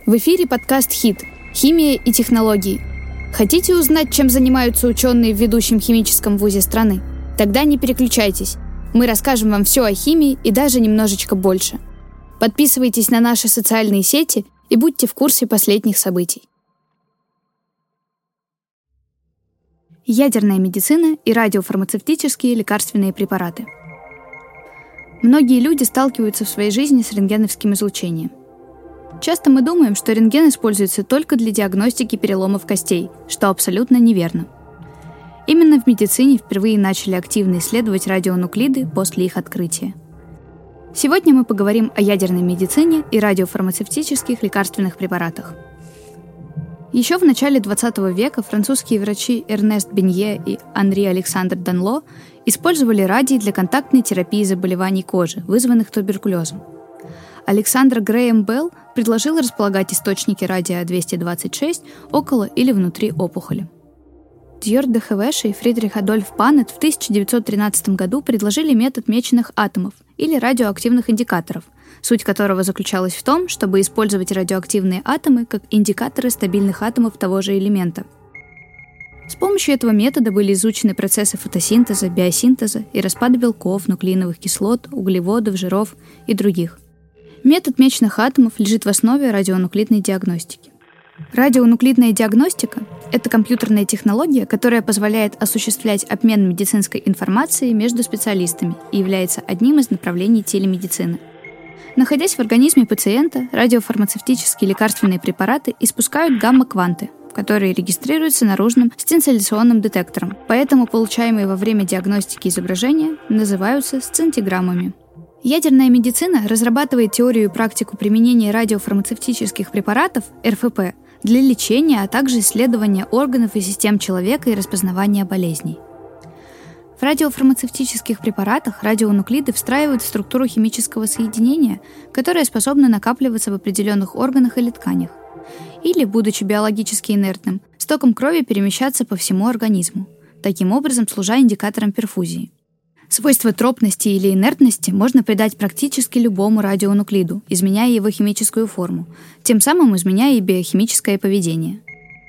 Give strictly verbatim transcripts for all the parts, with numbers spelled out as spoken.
В эфире подкаст «Хит. Химия и технологии». Хотите узнать, чем занимаются ученые в ведущем химическом вузе страны? Тогда не переключайтесь. Мы расскажем вам все о химии и даже немножечко больше. Подписывайтесь на наши социальные сети и будьте в курсе последних событий. Ядерная медицина и радиофармацевтические лекарственные препараты. Многие люди сталкиваются в своей жизни с рентгеновским излучением. Часто мы думаем, что рентген используется только для диагностики переломов костей, что абсолютно неверно. Именно в медицине впервые начали активно исследовать радионуклиды после их открытия. Сегодня мы поговорим о ядерной медицине и радиофармацевтических лекарственных препаратах. Еще в начале двадцатого века французские врачи Эрнест Бенье и Анри Александр Данло использовали радий для контактной терапии заболеваний кожи, вызванных туберкулезом. Александр Грэем Белл предложил располагать источники радия двести двадцать шесть около или внутри опухоли. Дьорд де Хевеше и Фридрих Адольф Панет в тысяча девятьсот тринадцатом году предложили метод меченых атомов или радиоактивных индикаторов, суть которого заключалась в том, чтобы использовать радиоактивные атомы как индикаторы стабильных атомов того же элемента. С помощью этого метода были изучены процессы фотосинтеза, биосинтеза и распада белков, нуклеиновых кислот, углеводов, жиров и других. Метод меченых атомов лежит в основе радионуклидной диагностики. Радионуклидная диагностика – это компьютерная технология, которая позволяет осуществлять обмен медицинской информацией между специалистами и является одним из направлений телемедицины. Находясь в организме пациента, радиофармацевтические лекарственные препараты испускают гамма-кванты, которые регистрируются наружным сцинтилляционным детектором, поэтому получаемые во время диагностики изображения называются сцинтиграммами. Ядерная медицина разрабатывает теорию и практику применения радиофармацевтических препаратов, эр эф пэ, для лечения, а также исследования органов и систем человека и распознавания болезней. В радиофармацевтических препаратах радионуклиды встраивают в структуру химического соединения, которое способно накапливаться в определенных органах или тканях, или, будучи биологически инертным, с током крови перемещаться по всему организму, таким образом служа индикатором перфузии. Свойства тропности или инертности можно придать практически любому радионуклиду, изменяя его химическую форму, тем самым изменяя и биохимическое поведение.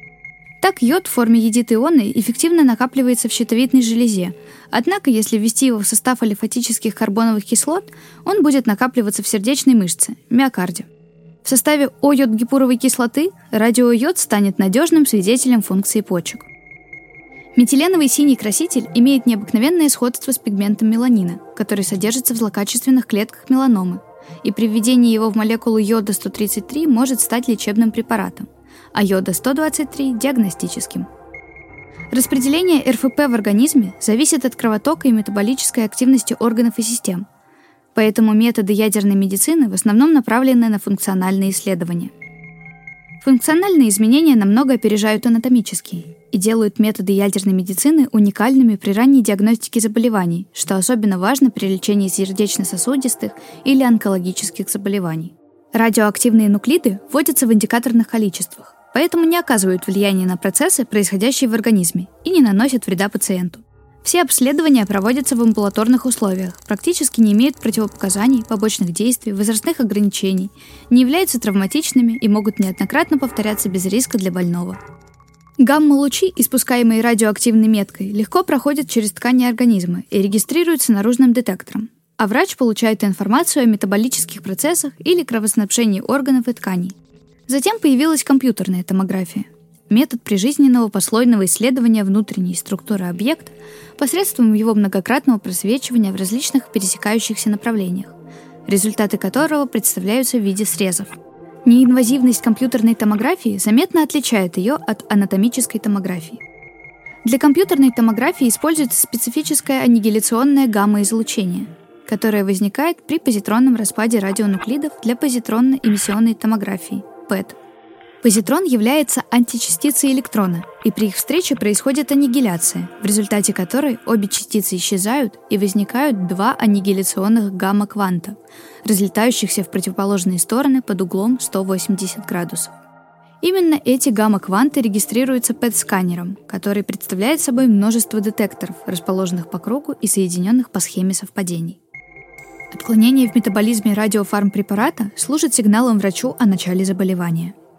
Так, йод в форме едит-ионы эффективно накапливается в щитовидной железе, однако если ввести его в состав алифатических карбоновых кислот, он будет накапливаться в сердечной мышце, миокарде. В составе О-йод-гипуровой кислоты радиойод станет надежным свидетелем функции почек. Метиленовый синий краситель имеет необыкновенное сходство с пигментом меланина, который содержится в злокачественных клетках меланомы, и при введении его в молекулу йода сто тридцать три может стать лечебным препаратом, а йода сто двадцать три – диагностическим. Распределение эр эф пэ в организме зависит от кровотока и метаболической активности органов и систем, поэтому методы ядерной медицины в основном направлены на функциональные исследования. Функциональные изменения намного опережают анатомические и делают методы ядерной медицины уникальными при ранней диагностике заболеваний, что особенно важно при лечении сердечно-сосудистых или онкологических заболеваний. Радиоактивные нуклиды вводятся в индикаторных количествах, поэтому не оказывают влияния на процессы, происходящие в организме, и не наносят вреда пациенту. Все обследования проводятся в амбулаторных условиях, практически не имеют противопоказаний, побочных действий, возрастных ограничений, не являются травматичными и могут неоднократно повторяться без риска для больного. Гамма-лучи, испускаемые радиоактивной меткой, легко проходят через ткани организма и регистрируются наружным детектором, а врач получает информацию о метаболических процессах или кровоснабжении органов и тканей. Затем появилась компьютерная томография. Метод прижизненного послойного исследования внутренней структуры объекта посредством его многократного просвечивания в различных пересекающихся направлениях, результаты которого представляются в виде срезов. Неинвазивность компьютерной томографии заметно отличает ее от анатомической томографии. Для компьютерной томографии используется специфическое аннигиляционное гамма-излучение, которое возникает при позитронном распаде радионуклидов для позитронно-эмиссионной томографии, пэт. Позитрон является античастицей электрона, и при их встрече происходит аннигиляция, в результате которой обе частицы исчезают и возникают два аннигиляционных гамма-кванта, разлетающихся в противоположные стороны под углом сто восемьдесят градусов. Именно эти гамма-кванты регистрируются пэт-сканером, который представляет собой множество детекторов, расположенных по кругу и соединенных по схеме совпадений. Отклонение в метаболизме радиофармпрепарата служит сигналом врачу о начале заболевания.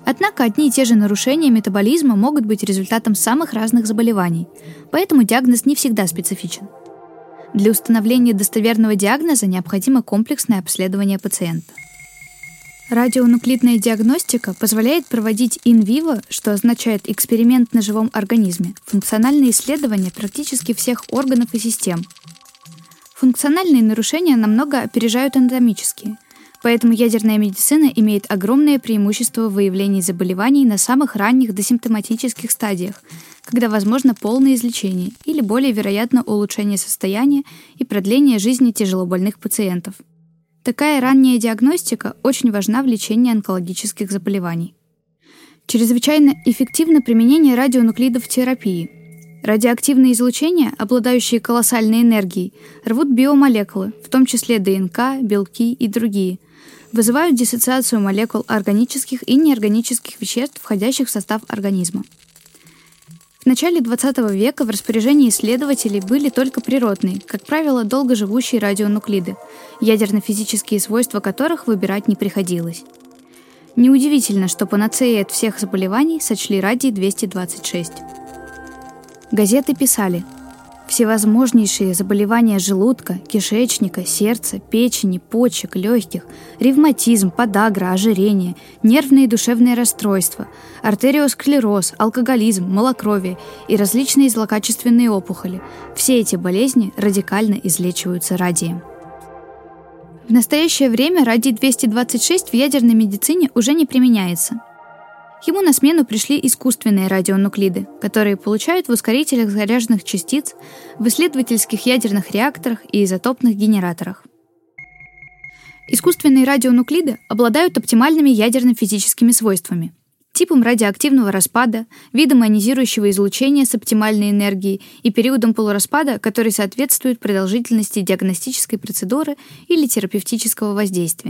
Однако одни и те же нарушения метаболизма могут быть результатом самых разных заболеваний, поэтому диагноз не всегда специфичен. Для установления достоверного диагноза необходимо комплексное обследование пациента. Радионуклидная диагностика позволяет проводить ин-виво, что означает эксперимент на живом организме, функциональные исследования практически всех органов и систем. Функциональные нарушения намного опережают анатомические, поэтому ядерная медицина имеет огромное преимущество в выявлении заболеваний на самых ранних досимптоматических стадиях, когда возможно полное излечение или, более вероятно, улучшение состояния и продление жизни тяжелобольных пациентов. Такая ранняя диагностика очень важна в лечении онкологических заболеваний. Чрезвычайно эффективно применение радионуклидов в терапии. Радиоактивные излучения, обладающие колоссальной энергией, рвут биомолекулы, в том числе ДНК, белки и другие, вызывают диссоциацию молекул органических и неорганических веществ, входящих в состав организма. В начале двадцатого века в распоряжении исследователей были только природные, как правило, долгоживущие радионуклиды, ядерно-физические свойства которых выбирать не приходилось. Неудивительно, что панацеей от всех заболеваний сочли радий двести двадцать шесть. Газеты писали: всевозможнейшие заболевания желудка, кишечника, сердца, печени, почек, легких, ревматизм, подагра, ожирение, нервные и душевные расстройства, артериосклероз, алкоголизм, малокровие и различные злокачественные опухоли. Все эти болезни радикально излечиваются радием. В настоящее время радий двести двадцать шесть в ядерной медицине уже не применяется. Ему на смену пришли искусственные радионуклиды, которые получают в ускорителях заряженных частиц, в исследовательских ядерных реакторах и изотопных генераторах. Искусственные радионуклиды обладают оптимальными ядерно-физическими свойствами, типом радиоактивного распада, видом ионизирующего излучения с оптимальной энергией и периодом полураспада, который соответствует продолжительности диагностической процедуры или терапевтического воздействия.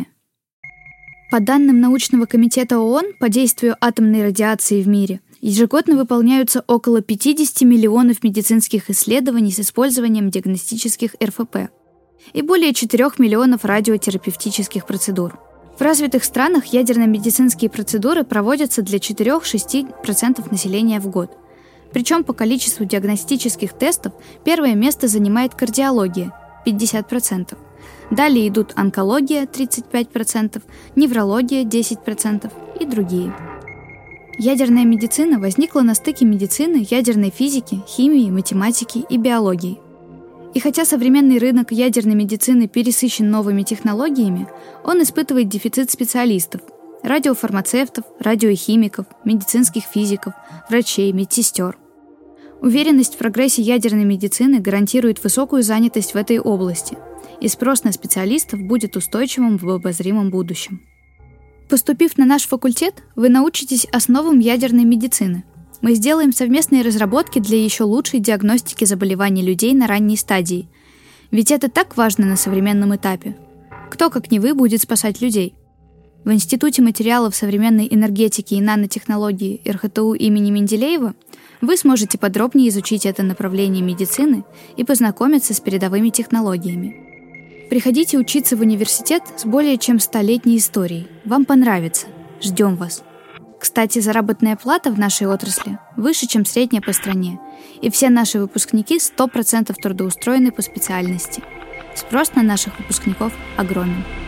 По данным научного комитета ООН по действию атомной радиации в мире, ежегодно выполняются около пятьдесят миллионов медицинских исследований с использованием диагностических эр эф пэ и более четырёх миллионов радиотерапевтических процедур. В развитых странах ядерно-медицинские процедуры проводятся для четыре-шесть процентов населения в год. Причем по количеству диагностических тестов первое место занимает кардиология – пятьдесят процентов. Далее идут онкология – тридцать пять процентов, неврология – десять процентов и другие. Ядерная медицина возникла на стыке медицины, ядерной физики, химии, математики и биологии. И хотя современный рынок ядерной медицины пересыщен новыми технологиями, он испытывает дефицит специалистов – радиофармацевтов, радиохимиков, медицинских физиков, врачей, медсестер. Уверенность в прогрессе ядерной медицины гарантирует высокую занятость в этой области, и спрос на специалистов будет устойчивым в обозримом будущем. Поступив на наш факультет, вы научитесь основам ядерной медицины. Мы сделаем совместные разработки для еще лучшей диагностики заболеваний людей на ранней стадии. Ведь это так важно на современном этапе. Кто, как не вы, будет спасать людей? В Институте материалов современной энергетики и нанотехнологии эр ха тэ у имени Менделеева вы сможете подробнее изучить это направление медицины и познакомиться с передовыми технологиями. Приходите учиться в университет с более чем столетней историей. Вам понравится. Ждем вас. Кстати, заработная плата в нашей отрасли выше, чем средняя по стране, и все наши выпускники сто процентов трудоустроены по специальности. Спрос на наших выпускников огромен.